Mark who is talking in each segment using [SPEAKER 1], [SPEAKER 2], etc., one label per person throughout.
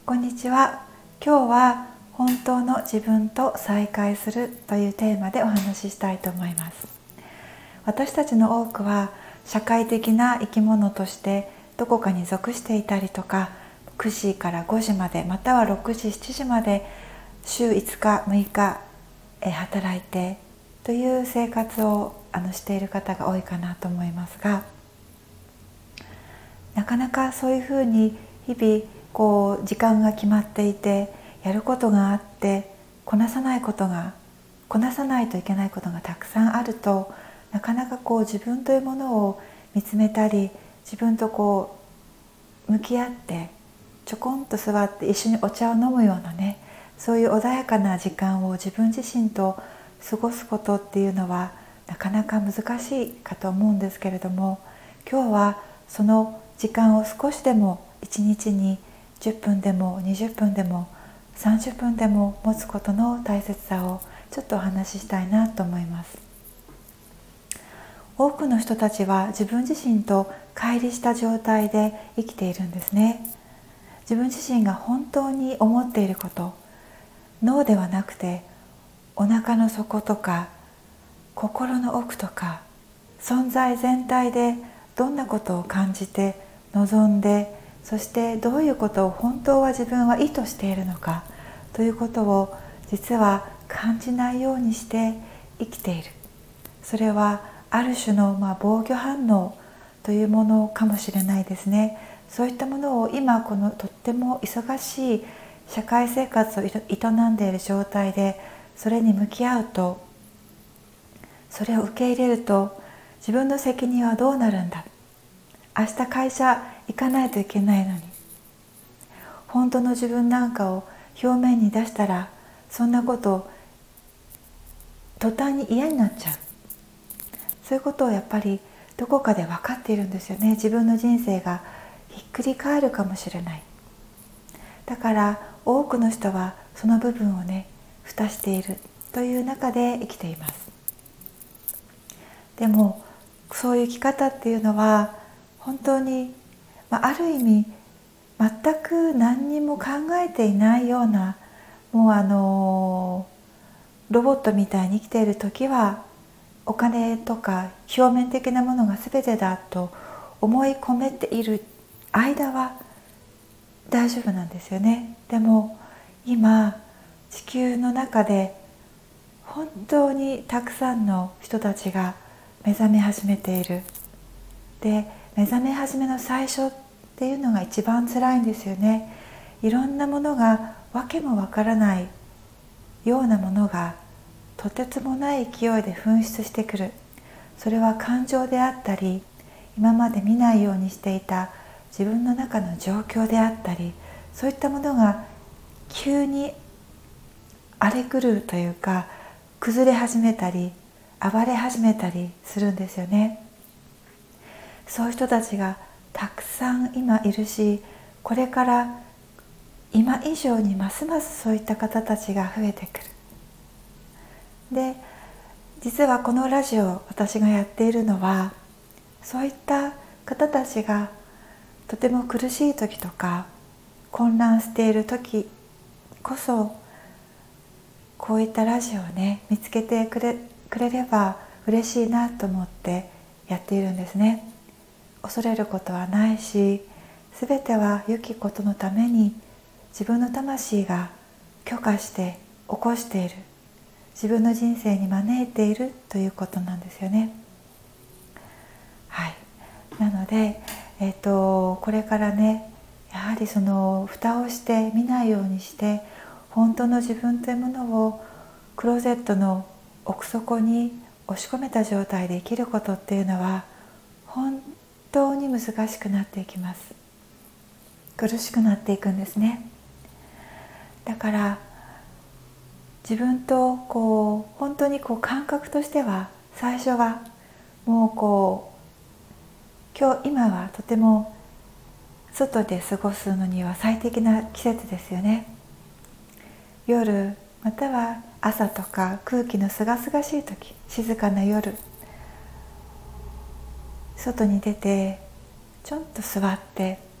[SPEAKER 1] こんにちは。今日は本当の自分と再会するというテーマでお話ししたいと思います。私たちの多くは社会的な生き物としてどこかに属していたりとか、9時から5時までまたは6時7時まで週5日6日働いてという生活をしている方が多いかなと思いますが、なかなかそういうふうに日々時間が決まっていて、やることがあってこなさないといけないことがたくさんあると、なかなか自分というものを見つめたり、自分と向き合ってちょこんと座って一緒にお茶を飲むようなね、そういう穏やかな時間を自分自身と過ごすことっていうのはなかなか難しいかと思うんですけれども、今日はその時間を少しでも一日に10分でも20分でも30分でも持つことの大切さをちょっとお話ししたいなと思います。多くの人たちは自分自身と乖離した状態で生きているんですね。自分自身が本当に思っていること、脳ではなくてお腹の底とか心の奥とか存在全体でどんなことを感じて望んで、そしてどういうことを本当は自分は意図しているのかということを実は感じないようにして生きている。それはある種の防御反応というものかもしれないですね。そういったものを今このとっても忙しい社会生活を営んでいる状態でそれに向き合うと、それを受け入れると、自分の責任はどうなるんだ、明日会社行かないといけないのに、本当の自分なんかを表面に出したらそんなこと途端に嫌になっちゃう。そういうことをやっぱりどこかで分かっているんですよね。自分の人生がひっくり返るかもしれない。だから多くの人はその部分を蓋しているという中で生きています。でもそういう生き方っていうのは本当に、ある意味全く何にも考えていないような、もうロボットみたいに生きている時はお金とか表面的なものが全てだと思い込めている間は大丈夫なんですよね。でも今地球の中で本当にたくさんの人たちが目覚め始めている。で、目覚め始めの最初っていうのが一番辛いんですよね。いろんなものがわけもわからないようなものがとてつもない勢いで噴出してくる。それは感情であったり、今まで見ないようにしていた自分の中の状況であったり、そういったものが急に荒れ狂うというか、崩れ始めたり暴れ始めたりするんですよね。そういう人たちがたくさん今いるし、これから今以上にますますそういった方たちが増えてくる。で、実はこのラジオ私がやっているのは、そういった方たちがとても苦しい時とか混乱している時こそ、こういったラジオを見つけてくれれば嬉しいなと思ってやっているんですね。恐れることはないし、すべては良きことのために自分の魂が許可して起こしている、自分の人生に招いているということなんですよね。はい。なので、これからやはりその蓋をして見ないようにして、本当の自分というものをクローゼットの奥底に押し込めた状態で生きることっていうのは本当に難しくなっていきます。苦しくなっていくんですね。だから自分と本当に感覚としては、最初はもう今はとても外で過ごすのには最適な季節ですよね。夜または朝とか空気のすがすがしい時、静かな夜、外に出てちょっと座って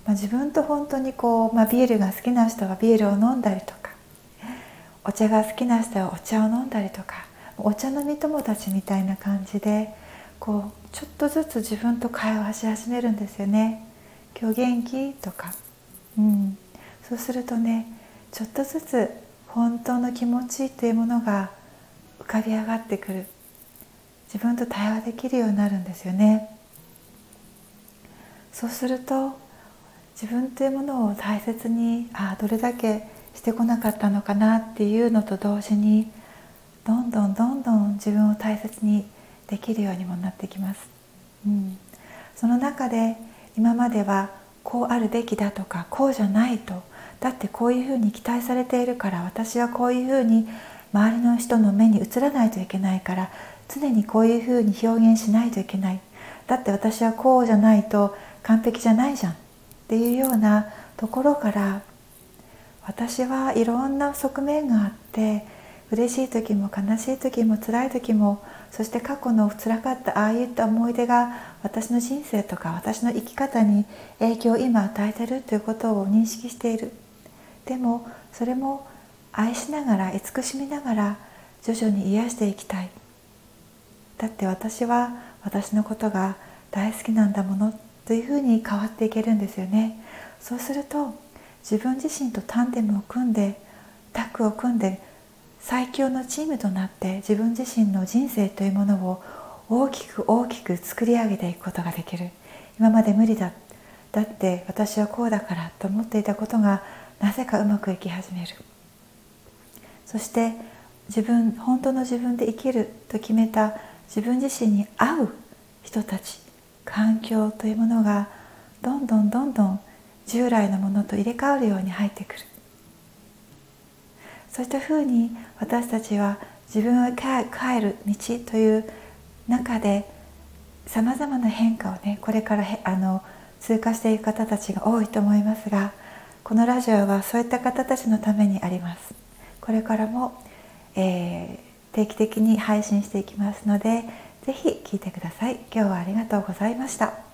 [SPEAKER 1] 自分と本当にビールが好きな人はビールを飲んだりとか、お茶が好きな人はお茶を飲んだりとか、お茶飲み友達みたいな感じでちょっとずつ自分と会話し始めるんですよね。今日元気とか、そうするとね、ちょっとずつ本当の気持ちというものが浮かび上がってくる。自分と対話できるようになるんですよね。そうすると自分というものを大切にどれだけしてこなかったのかなっていうのと同時に、どんどん自分を大切にできるようにもなってきます。その中で今まではこうあるべきだとか、こうじゃないと、だってこういうふうに期待されているから、私はこういうふうに周りの人の目に映らないといけないから、常にこういうふうに表現しないといけない、だって私はこうじゃないと完璧じゃないじゃんっていうようなところから、私はいろんな側面があって、嬉しい時も悲しい時も辛い時も、そして過去の辛かったああいった思い出が私の人生とか私の生き方に影響を今与えているということを認識している。でもそれも愛しながら、慈しみながら徐々に癒していきたい。だって私は私のことが大好きなんだものというふうに変わっていけるんですよね。そうすると自分自身とタンデムを組んで、タッグを組んで、最強のチームとなって自分自身の人生というものを大きく作り上げていくことができる。今まで無理だ、だって私はこうだからと思っていたことがなぜかうまくいき始める。そして本当の自分で生きると決めた自分自身に合う人たち、環境というものがどんどん従来のものと入れ替わるように入ってくる。そういったふうに私たちは自分を帰る道という中でさまざまな変化をね、これから通過していく方たちが多いと思いますが、このラジオはそういった方たちのためにあります。これからも、定期的に配信していきますので、ぜひ聞いてください。今日はありがとうございました。